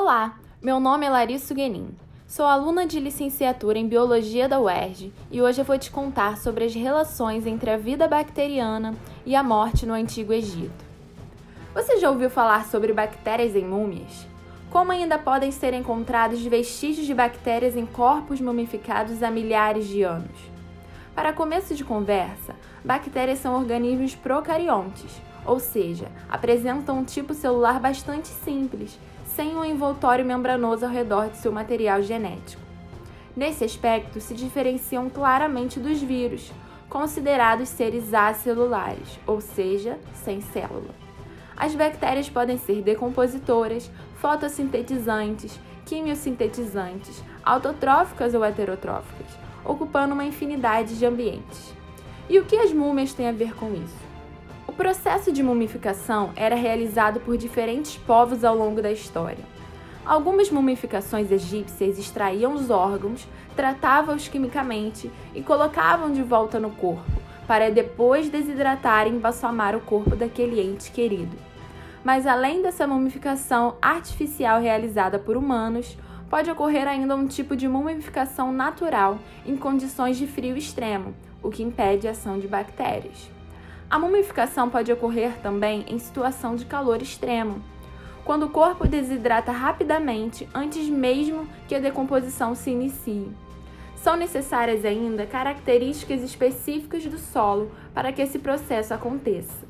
Olá, meu nome é Larissa Guenin. Sou aluna de licenciatura em Biologia da UERJ e hoje eu vou te contar sobre as relações entre a vida bacteriana e a morte no Antigo Egito. Você já ouviu falar sobre bactérias em múmias? Como ainda podem ser encontrados vestígios de bactérias em corpos mumificados há milhares de anos? Para começo de conversa, bactérias são organismos procariontes, ou seja, apresentam um tipo celular bastante simples, sem um envoltório membranoso ao redor de seu material genético. Nesse aspecto, se diferenciam claramente dos vírus, considerados seres acelulares, ou seja, sem célula. As bactérias podem ser decompositoras, fotossintetizantes, quimiosintetizantes, autotróficas ou heterotróficas, ocupando uma infinidade de ambientes. E o que as múmias têm a ver com isso? O processo de mumificação era realizado por diferentes povos ao longo da história. Algumas mumificações egípcias extraíam os órgãos, tratavam-os quimicamente e colocavam de volta no corpo, para depois desidratar e embalsamar o corpo daquele ente querido. Mas além dessa mumificação artificial realizada por humanos, pode ocorrer ainda um tipo de mumificação natural em condições de frio extremo, o que impede a ação de bactérias. A mumificação pode ocorrer também em situação de calor extremo, quando o corpo desidrata rapidamente antes mesmo que a decomposição se inicie. São necessárias ainda características específicas do solo para que esse processo aconteça.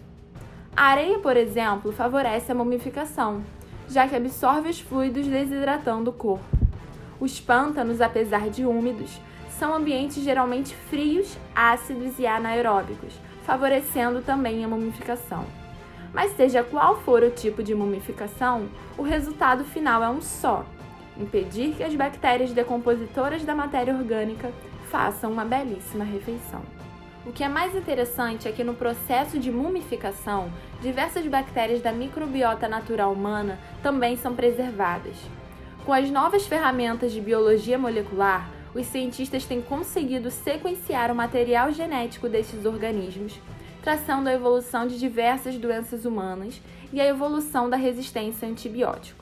A areia, por exemplo, favorece a mumificação, já que absorve os fluidos desidratando o corpo. Os pântanos, apesar de úmidos, são ambientes geralmente frios, ácidos e anaeróbicos, favorecendo também a mumificação. Mas seja qual for o tipo de mumificação, o resultado final é um só: impedir que as bactérias decompositoras da matéria orgânica façam uma belíssima refeição. O que é mais interessante é que no processo de mumificação, diversas bactérias da microbiota natural humana também são preservadas. Com as novas ferramentas de biologia molecular, os cientistas têm conseguido sequenciar o material genético destes organismos, traçando a evolução de diversas doenças humanas e a evolução da resistência a antibióticos.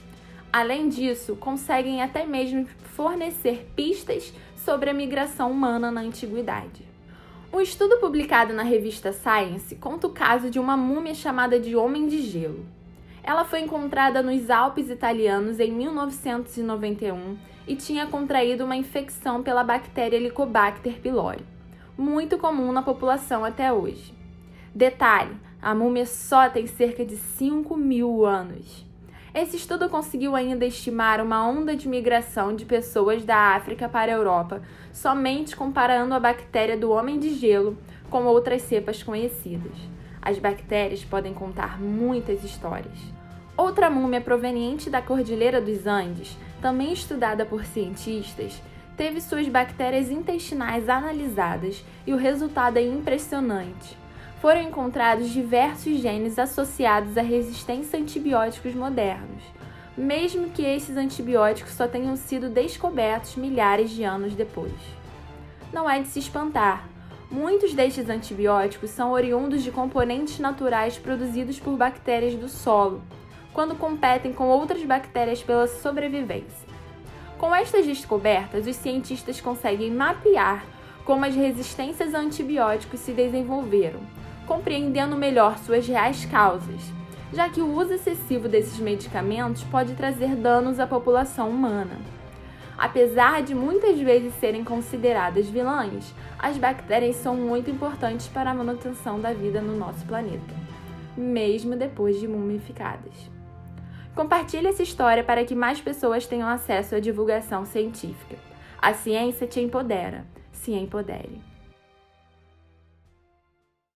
Além disso, conseguem até mesmo fornecer pistas sobre a migração humana na antiguidade. Um estudo publicado na revista Science conta o caso de uma múmia chamada de Homem de Gelo. Ela foi encontrada nos Alpes italianos em 1991 e tinha contraído uma infecção pela bactéria Helicobacter pylori, muito comum na população até hoje. Detalhe, a múmia só tem cerca de 5.000 anos. Esse estudo conseguiu ainda estimar uma onda de migração de pessoas da África para a Europa, somente comparando a bactéria do Homem de Gelo com outras cepas conhecidas. As bactérias podem contar muitas histórias. Outra múmia proveniente da Cordilheira dos Andes, também estudada por cientistas, teve suas bactérias intestinais analisadas e o resultado é impressionante. Foram encontrados diversos genes associados à resistência a antibióticos modernos, mesmo que esses antibióticos só tenham sido descobertos milhares de anos depois. Não é de se espantar. Muitos destes antibióticos são oriundos de componentes naturais produzidos por bactérias do solo, quando competem com outras bactérias pela sobrevivência. Com estas descobertas, os cientistas conseguem mapear como as resistências a antibióticos se desenvolveram, compreendendo melhor suas reais causas, já que o uso excessivo desses medicamentos pode trazer danos à população humana. Apesar de muitas vezes serem consideradas vilãs, as bactérias são muito importantes para a manutenção da vida no nosso planeta, mesmo depois de mumificadas. Compartilhe essa história para que mais pessoas tenham acesso à divulgação científica. A ciência te empodera. Se empodere.